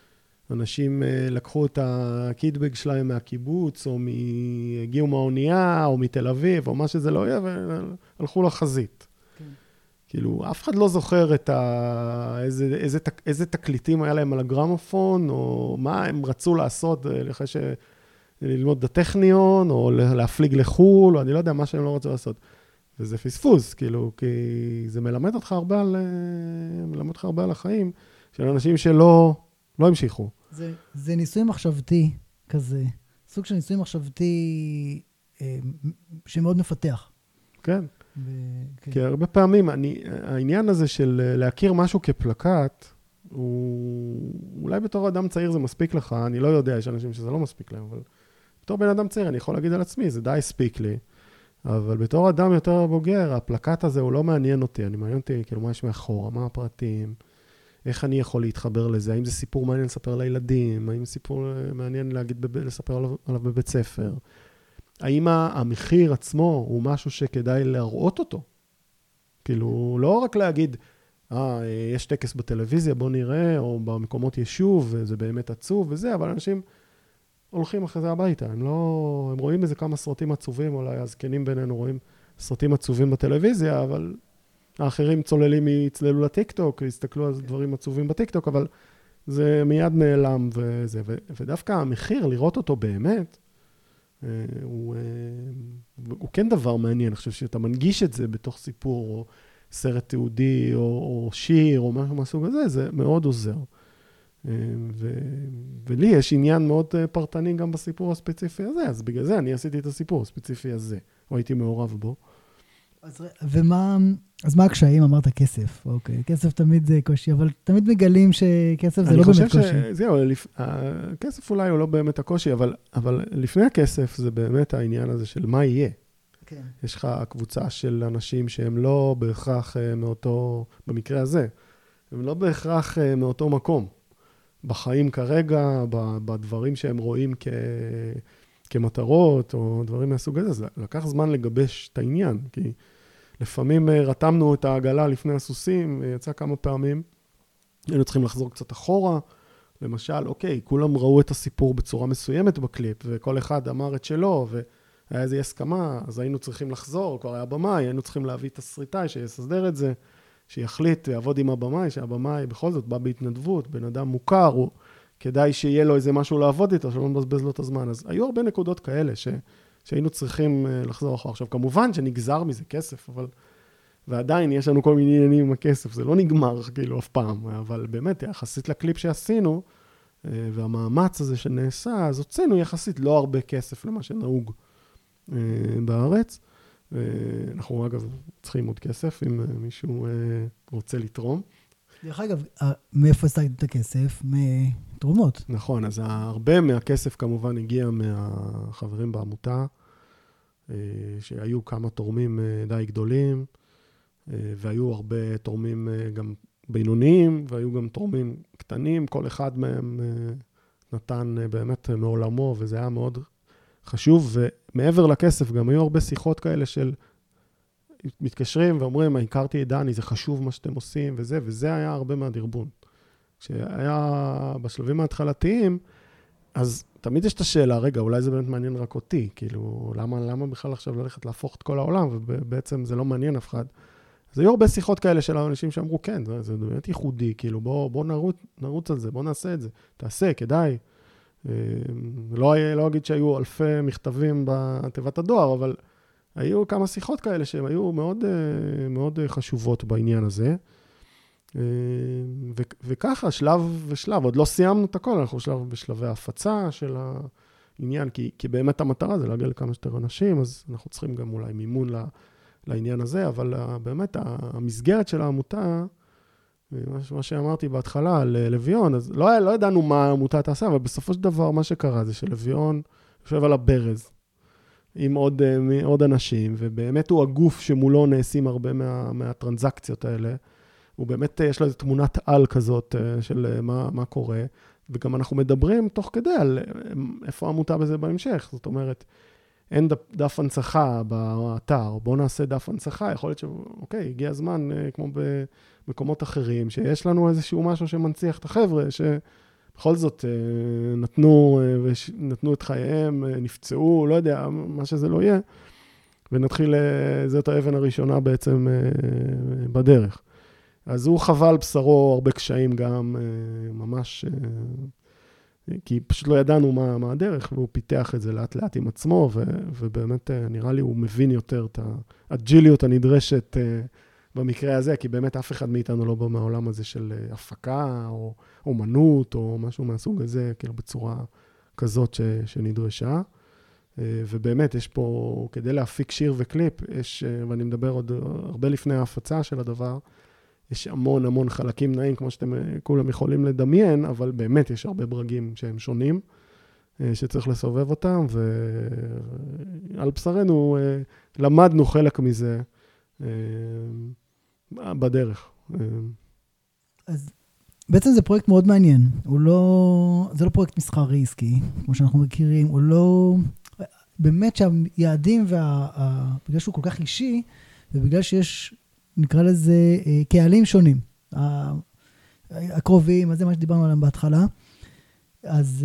אנשים לקחו את הקיטבג שלהם מהקיבוץ, או הגיעו מהאונייה, או מתל אביב, או מה שזה לא יהיה, והלכו לחזית. כן. כאילו, אף אחד לא זוכר את ה... איזה, איזה, איזה תקליטים היה להם על הגרמופון, או מה הם רצו לעשות אחרי ש... ללמוד בטכניון, או להפליג לחול, או אני לא יודע מה שהם לא רצו לעשות. וזה פספוס, כאילו, כי זה מלמד אותך הרבה על, מלמד אותך הרבה על החיים, של אנשים שלא, לא המשיכו. זה, זה ניסוי מחשבתי כזה, סוג של ניסוי מחשבתי אה, שמאוד מפתח. כן. ו... כן. כי הרבה פעמים, אני, העניין הזה של להכיר משהו כפלקט, הוא, אולי בתור אדם צעיר זה מספיק לך, אני לא יודע, יש אנשים שזה לא מספיק להם, אבל בתור בן אדם צעיר אני יכול להגיד על עצמי, זה די הספיק לי. אבל בתור אדם יותר בוגר, הפלקט הזה הוא לא מעניין אותי, אני מעניין אותי, כאילו, מה יש מאחורה, מה הפרטים, איך אני יכול להתחבר לזה, האם זה סיפור מעניין לספר לילדים, האם זה סיפור מעניין להגיד, לספר עליו, עליו בבית ספר, האם המחיר עצמו הוא משהו שכדאי להראות אותו, כאילו, לא רק להגיד, אה, יש טקס בטלוויזיה, בוא נראה, או במקומות יישוב, זה באמת עצוב וזה, אבל אנשים הולכים אחרי זה הביתה, הם לא, הם רואים איזה כמה סרטים עצובים, אולי הזקנים בינינו רואים סרטים עצובים בטלוויזיה, אבל האחרים צוללים, יצללו לטיקטוק, יסתכלו על דברים עצובים בטיקטוק, אבל זה מיד נעלם וזה, ו, ודווקא המחיר, לראות אותו באמת, הוא, הוא כן דבר מעניין, אני חושב שאתה מנגיש את זה בתוך סיפור, או סרט תיעודי, או, או שיר, או משהו מהסוג הזה, זה מאוד עוזר. ו... ולי יש עניין מאוד פרטני גם בסיפור הספציפי הזה, אז בגלל זה אני עשיתי את הסיפור הספציפי הזה, או הייתי מעורב בו. אז, ומה, אז מה הקשיים? אמרת כסף, אוקיי, כסף תמיד זה קושי, אבל תמיד מגלים שכסף זה לא באמת קושי. אני חושב שזהו, הכסף אולי הוא לא באמת הקושי, אבל, אבל לפני הכסף זה באמת העניין הזה של מה יהיה. כן. יש לך קבוצה של אנשים שהם לא בהכרח מאותו, במקרה הזה, הם לא בהכרח מאותו מקום. בחיים כרגע, בדברים שהם רואים כ... כמטרות, או דברים מהסוג הזה, אז לקח זמן לגבש את העניין, כי לפעמים רתמנו את העגלה לפני הסוסים, יצא כמה פעמים, היינו צריכים לחזור קצת אחורה, למשל, אוקיי, כולם ראו את הסיפור בצורה מסוימת בקליפ, וכל אחד אמר את שלו, והיה איזו הסכמה, אז היינו צריכים לחזור, כבר היה במאי, היינו צריכים להביא את הסריטאי שיסדר את זה, שיחליט, יעבוד עם הבמאי, שהבמאי בכל זאת בא בהתנדבות, בן אדם מוכר, הוא כדאי שיהיה לו איזה משהו לעבוד איתו, שלא מבזבז לו את הזמן. אז היו הרבה נקודות כאלה ש, שהיינו צריכים לחזור אחר. עכשיו, כמובן שנגזר מזה כסף, אבל, ועדיין יש לנו כל מיני עניינים עם הכסף, זה לא נגמר כאילו אף פעם, אבל באמת, יחסית לקליפ שעשינו, והמאמץ הזה שנעשה, אז הוצאנו יחסית לא הרבה כסף למה שנהוג בארץ, אנחנו אגב צריכים עוד כסף אם מישהו רוצה לתרום. דרך אגב, מאיפה השגת את הכסף? מתרומות. נכון, אז הרבה מהכסף כמובן הגיע מהחברים בעמותה, שהיו כמה תורמים די גדולים, והיו הרבה תורמים גם בינוניים, והיו גם תורמים קטנים, כל אחד מהם נתן באמת מעולמו, וזה היה מאוד חשוב, ומעבר לכסף גם היו הרבה שיחות כאלה של מתקשרים ואומרים, הכרתי את דני, זה חשוב מה שאתם עושים וזה, וזה היה הרבה מהדרבון. כשהיה בשלבים ההתחלתיים, אז תמיד יש את השאלה, רגע, אולי זה באמת מעניין רק אותי, כאילו, למה, למה בכלל עכשיו ללכת להפוך את כל העולם, ובעצם זה לא מעניין אף אחד. אז היו הרבה שיחות כאלה של האנשים שאמרו, כן, זה, זה באמת ייחודי, כאילו, בוא, בוא נרוץ, נרוץ על זה, בוא נעשה את זה, תעשה, כדאי. לא, לא אגיד שהיו אלפי מכתבים בתיבת הדואר, אבל היו כמה שיחות כאלה שהן היו מאוד, מאוד חשובות בעניין הזה. ו- וככה, שלב ושלב, עוד לא סיימנו את הכל, אנחנו שלב בשלבי ההפצה של העניין, כי, כי באמת המטרה זה להגיע לכמה שיותר אנשים, אז אנחנו צריכים גם אולי מימון לעניין הזה, אבל באמת המסגרת של העמותה, מה שאמרתי בהתחלה על לויון, אז לא, לא ידענו מה העמותה תעשה, אבל בסופו של דבר מה שקרה זה שלויון יושב על הברז, עם עוד, עוד אנשים, ובאמת הוא הגוף שמולו נעשים הרבה מה, מהטרנזקציות האלה. הוא באמת, יש לו איזו תמונת על כזאת של מה, מה קורה, וגם אנחנו מדברים תוך כדי על איפה העמותה בזה בהמשך. זאת אומרת, אין דף, דף הנצחה באתר, בואו נעשה דף הנצחה, יכול להיות שאוקיי, הגיע הזמן, כמו במקומות אחרים, שיש לנו איזשהו משהו שמנציח את החבר'ה, שבכל זאת נתנו, נתנו את חייהם, נפצעו, לא יודע, מה שזה לא יהיה, ונתחיל, זאת האבן הראשונה בעצם בדרך. אז הוא חווה על בשרו הרבה קשיים גם, ממש, כי פשוט לא ידענו מה, מה הדרך, והוא פיתח את זה לאט לאט עם עצמו, ו, ובאמת נראה לי הוא מבין יותר את האג'יליות הנדרשת במקרה הזה, כי באמת אף אחד מאיתנו לא בא מהעולם הזה של הפקה, או אומנות, או משהו מהסוג הזה, כאילו בצורה כזאת ש, שנדרשה. ובאמת יש פה, כדי להפיק שיר וקליפ, יש, ואני מדבר עוד הרבה לפני ההפצה של הדבר, יש המון המון חלקים נעים, כמו שאתם כולם יכולים לדמיין, אבל באמת יש הרבה ברגים שהם שונים, שצריך לסובב אותם, ועל בשרנו למדנו חלק מזה בדרך. אז בעצם זה פרויקט מאוד מעניין. הוא לא, זה לא פרויקט מסחרי עסקי, כמו שאנחנו מכירים, הוא לא, באמת שהיעדים, וה, בגלל שהוא כל כך אישי, ובגלל שיש, נקרא לזה, קהלים שונים. הקרובים, אז זה מה שדיברנו עליהם בהתחלה. אז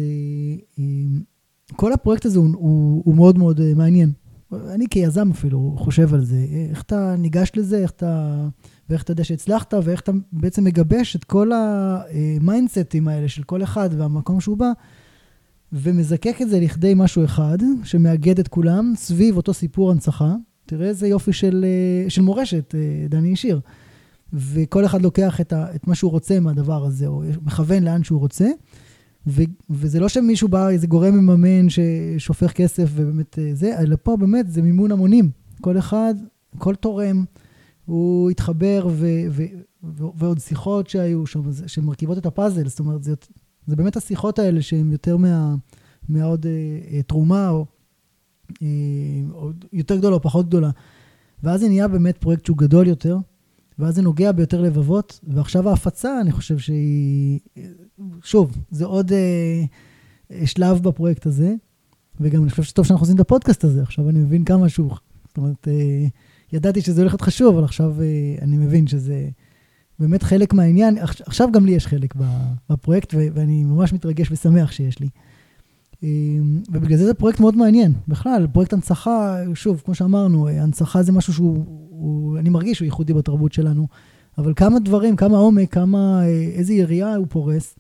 כל הפרויקט הזה הוא, הוא, הוא מאוד מאוד מעניין. אני כיזם אפילו חושב על זה. איך אתה ניגש לזה, איך אתה, ואיך אתה יודע שהצלחת, ואיך אתה בעצם מגבש את כל המיינדסטים האלה של כל אחד והמקום שהוא בא, ומזקק את זה לכדי משהו אחד, שמאגד את כולם סביב אותו סיפור הנצחה. תראה איזה יופי של, של מורשת, דני ישיר. וכל אחד לוקח את, ה, את מה שהוא רוצה מהדבר הזה, או מכוון לאן שהוא רוצה, ו, וזה לא שמישהו בא, איזה גורם מממן ששופך כסף ובאמת זה, אלא פה באמת זה מימון המונים. כל אחד, כל תורם, הוא התחבר, ו, ו, ו, ועוד שיחות שהיו שם, שמרכיבות את הפאזל, זאת אומרת, זה, זה באמת השיחות האלה שהן יותר מה, מהעוד אה, תרומה, או, אה, או יותר גדולה או פחות גדולה. ואז זה נהיה באמת פרויקט שהוא גדול יותר, ואז זה נוגע ביותר לבבות, ועכשיו ההפצה, אני חושב שהיא, שוב, זה עוד אה, שלב בפרויקט הזה, וגם אני חושב שטוב שאנחנו עושים את הפודקאסט הזה, עכשיו אני מבין כמה שהוא, זאת אומרת, אה, ידעתי שזה הולך להיות חשוב, אבל עכשיו אה, אני מבין שזה באמת חלק מהעניין, עכשיו גם לי יש חלק בפרויקט, ו- ואני ממש מתרגש ושמח שיש לי. אה, ובגלל זה זה פרויקט מאוד מעניין, בכלל, פרויקט הנצחה, שוב, כמו שאמרנו, הנצחה זה משהו שהוא, הוא, אני מרגיש שהוא ייחודי בתרבות שלנו, אבל כמה דברים, כמה עומק, כמה, איזה יריעה הוא פורס,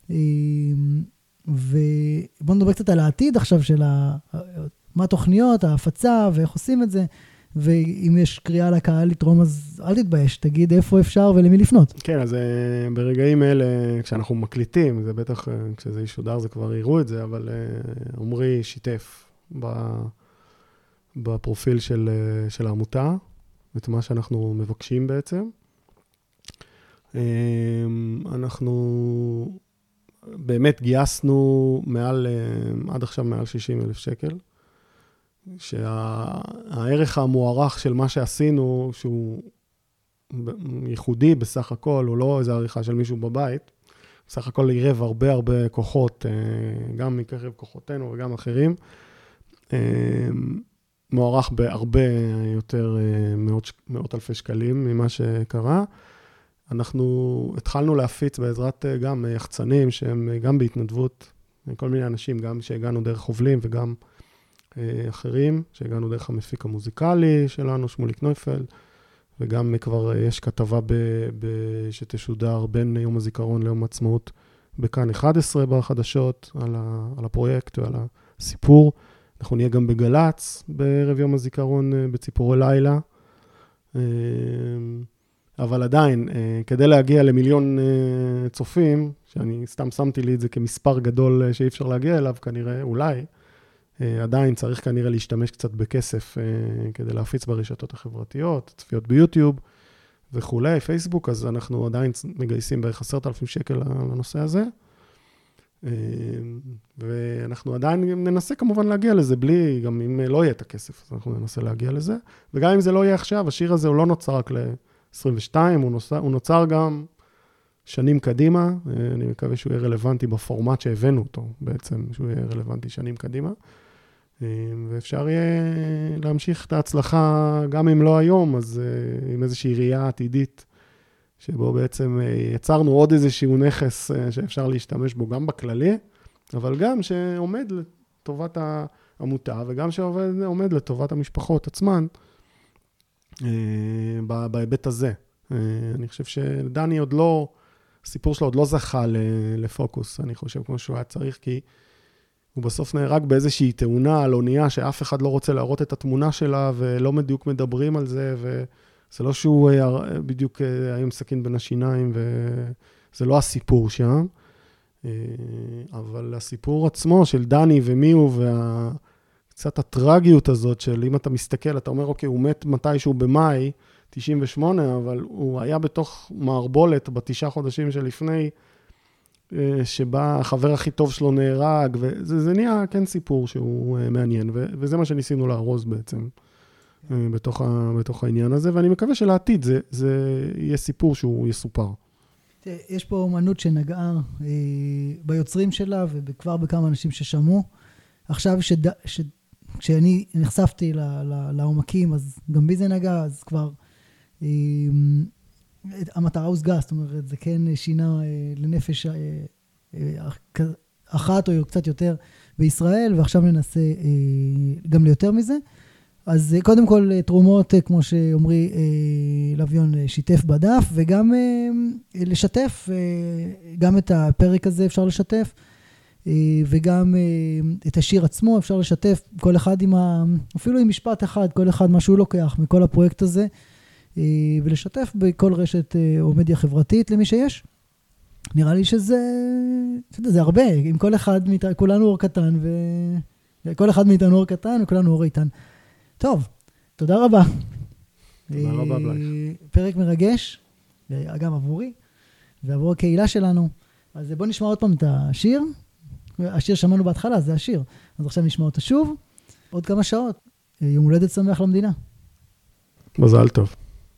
ובואו נדבר קצת על העתיד עכשיו של ה, מה התוכניות, ההפצה, ואיך עושים את זה, ואם יש קריאה לקהל לתרום, אז אל תתבייש, תגיד איפה אפשר ולמי לפנות. כן, אז ברגעים אלה, כשאנחנו מקליטים, זה בטח, כשזה ישודר, זה כבר יראו את זה, אבל עומרי שיתף בפרופיל של, של העמותה, את מה שאנחנו מבקשים בעצם. אנחנו באמת גייסנו מעל, עד עכשיו מעל שישים אלף שקל, שהערך המוערך של מה שעשינו, שהוא ייחודי בסך הכל, הוא לא איזו עריכה של מישהו בבית, בסך הכל עירב הרבה הרבה כוחות, גם מקרב כוחותינו וגם אחרים, מוערך בהרבה יותר מאות, מאות אלפי שקלים ממה שקרה. אנחנו התחלנו להפיץ בעזרת גם יחצנים שהם גם בהתנדבות, כל מיני אנשים, גם שהגענו דרך חובלים וגם אחרים, שהגענו דרך המפיק המוזיקלי שלנו, שמוליק נויפלד, וגם כבר יש כתבה ב, ב, שתשודר בין יום הזיכרון ליום העצמאות בכאן אחת עשרה בחדשות על, ה, על הפרויקט ועל הסיפור. אנחנו נהיה גם בגלץ בערב יום הזיכרון בציפורי לילה. אבל עדיין, כדי להגיע למיליון צופים, שאני סתם שמתי לי את זה כמספר גדול שאי אפשר להגיע אליו, כנראה, אולי, עדיין צריך כנראה להשתמש קצת בכסף כדי להפיץ ברשתות החברתיות, צפיות ביוטיוב וכולי, פייסבוק, אז אנחנו עדיין מגייסים בערך עשרת אלפים שקל לנושא הזה. ואנחנו עדיין ננסה כמובן להגיע לזה, בלי, גם אם לא יהיה את הכסף, אז אנחנו ננסה להגיע לזה. וגם אם זה לא יהיה עכשיו, השיר הזה הוא לא נוצר רק ל-עשרים ושתיים, הוא נוצר, הוא נוצר גם שנים קדימה, אני מקווה שהוא יהיה רלוונטי בפורמט שהבאנו אותו, בעצם, שהוא יהיה רלוונטי שנים קדימה. ואפשר יהיה להמשיך את ההצלחה, גם אם לא היום, אז עם איזושהי ראייה עתידית, שבו בעצם יצרנו עוד איזשהו נכס שאפשר להשתמש בו גם בכללי, אבל גם שעומד לטובת העמותה, וגם שעומד לטובת המשפחות עצמן, בהיבט הזה. אני חושב שדני עוד לא, הסיפור שלו עוד לא זכה לפוקוס, אני חושב כמו שהוא היה צריך, כי הוא בסוף נהרג באיזושהי תאונה על אונייה, שאף אחד לא רוצה להראות את התמונה שלה, ולא בדיוק מדברים על זה, וזה לא שהוא בדיוק היה עם סכין בין השיניים, וזה לא הסיפור שם. אבל הסיפור עצמו של דני ומי הוא, וקצת הטרגיות הזאת של אם אתה מסתכל, אתה אומר, אוקיי, הוא מת מתישהו במאי תשעים ושמונה, אבל הוא היה בתוך מערבולת בתשעה חודשים שלפני, שבה החבר הכי טוב שלו נהרג, וזה זה נהיה כן סיפור שהוא מעניין, ו- וזה מה שניסינו להרוז בעצם, בתוך, ה- בתוך העניין הזה, ואני מקווה שלעתיד זה, זה יהיה סיפור שהוא יסופר. יש פה אומנות שנגעה אה, ביוצרים שלה, וכבר בכמה אנשים ששמעו. עכשיו שד... ש... כשאני נחשפתי ל... ל... לעומקים, אז גם בי זה נגע, אז כבר אה, המטרה הושגה, זאת אומרת, זה כן שינה אה, לנפש אה, אה, אחת או קצת יותר בישראל, ועכשיו ננסה אה, גם ליותר מזה. אז קודם כל תרומות, כמו שאומרי לוויון שיתף בדף, וגם לשתף, גם את הפרק הזה אפשר לשתף, וגם את השיר עצמו אפשר לשתף, כל אחד עם ה... אפילו עם משפט אחד, כל אחד מה שהוא לוקח מכל הפרויקט הזה, ולשתף בכל רשת או מדיה חברתית למי שיש. נראה לי שזה, זה הרבה, עם כל אחד, כולנו אור קטן, וכל אחד מאיתנו אור קטן, וכולנו אור איתן. טוב, תודה רבה. תודה רבה בלייך. פרק מרגש, גם עבורי, ועבור הקהילה שלנו. אז בואו נשמע עוד פעם את השיר. השיר שמענו בהתחלה, זה השיר. אז עכשיו נשמע אותה שוב. עוד כמה שעות. יום הולדת שמח למדינה. מזל טוב.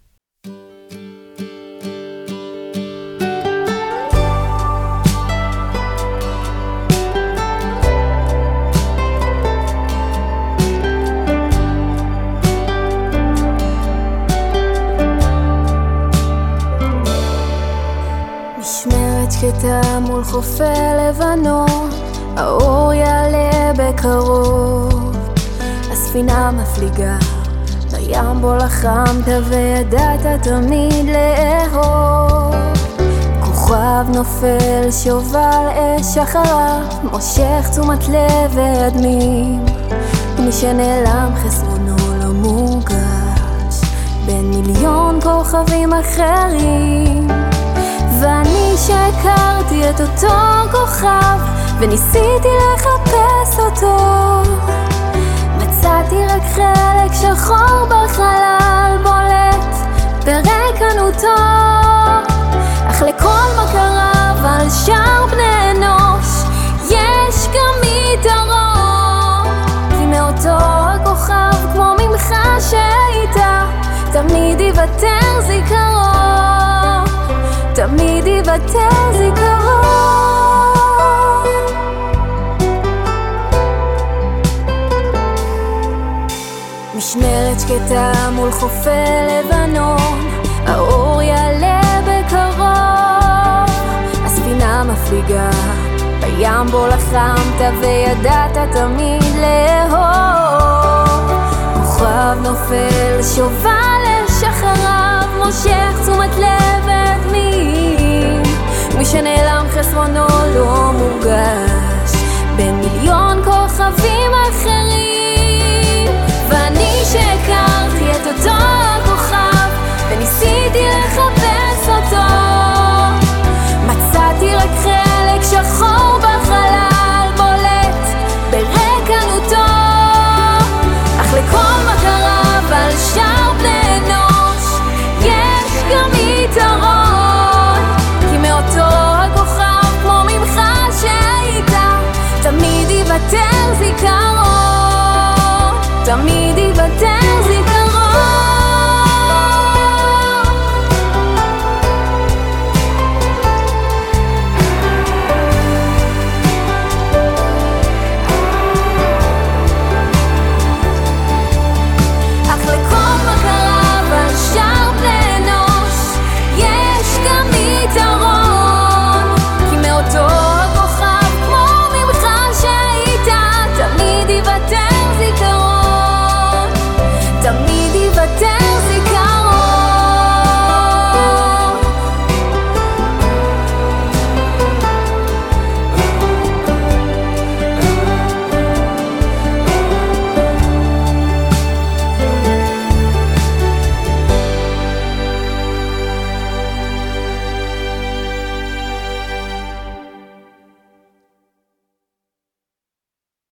שקטה מול חופי לבנון, האור יעלה בקרוב, הספינה מפליגה בים בו לחמת וידעת תמיד לאהוב. כוכב נופל שובל אש אחריו, מושך תשומת לב והדמים, ומי שנעלם חסרונו לא מורגש בין מיליון כוכבים אחרים. ואני שהכרתי את אותו כוכב וניסיתי לחפש אותו, מצאתי רק חלק שחור בחלל בולט בריקנותו. אך לכל מקרב על שאר בני אנוש יש גם יתרון, כי מאותו הכוכב כמו ממך שהיית תמיד יוותר זיכרון, תמיד יוותר זיכרון. משמרת שקטה מול חופי לבנון, האור יעלה בקרוב, הספינה מפליגה בים בו לחמת וידעת תמיד לאהוב. כוכב נופל שובל אש אחריו, מושך תשומת לב והדמים, מי שנעלם חסרונו לא מורגש בין מיליון כוכבים אחרים.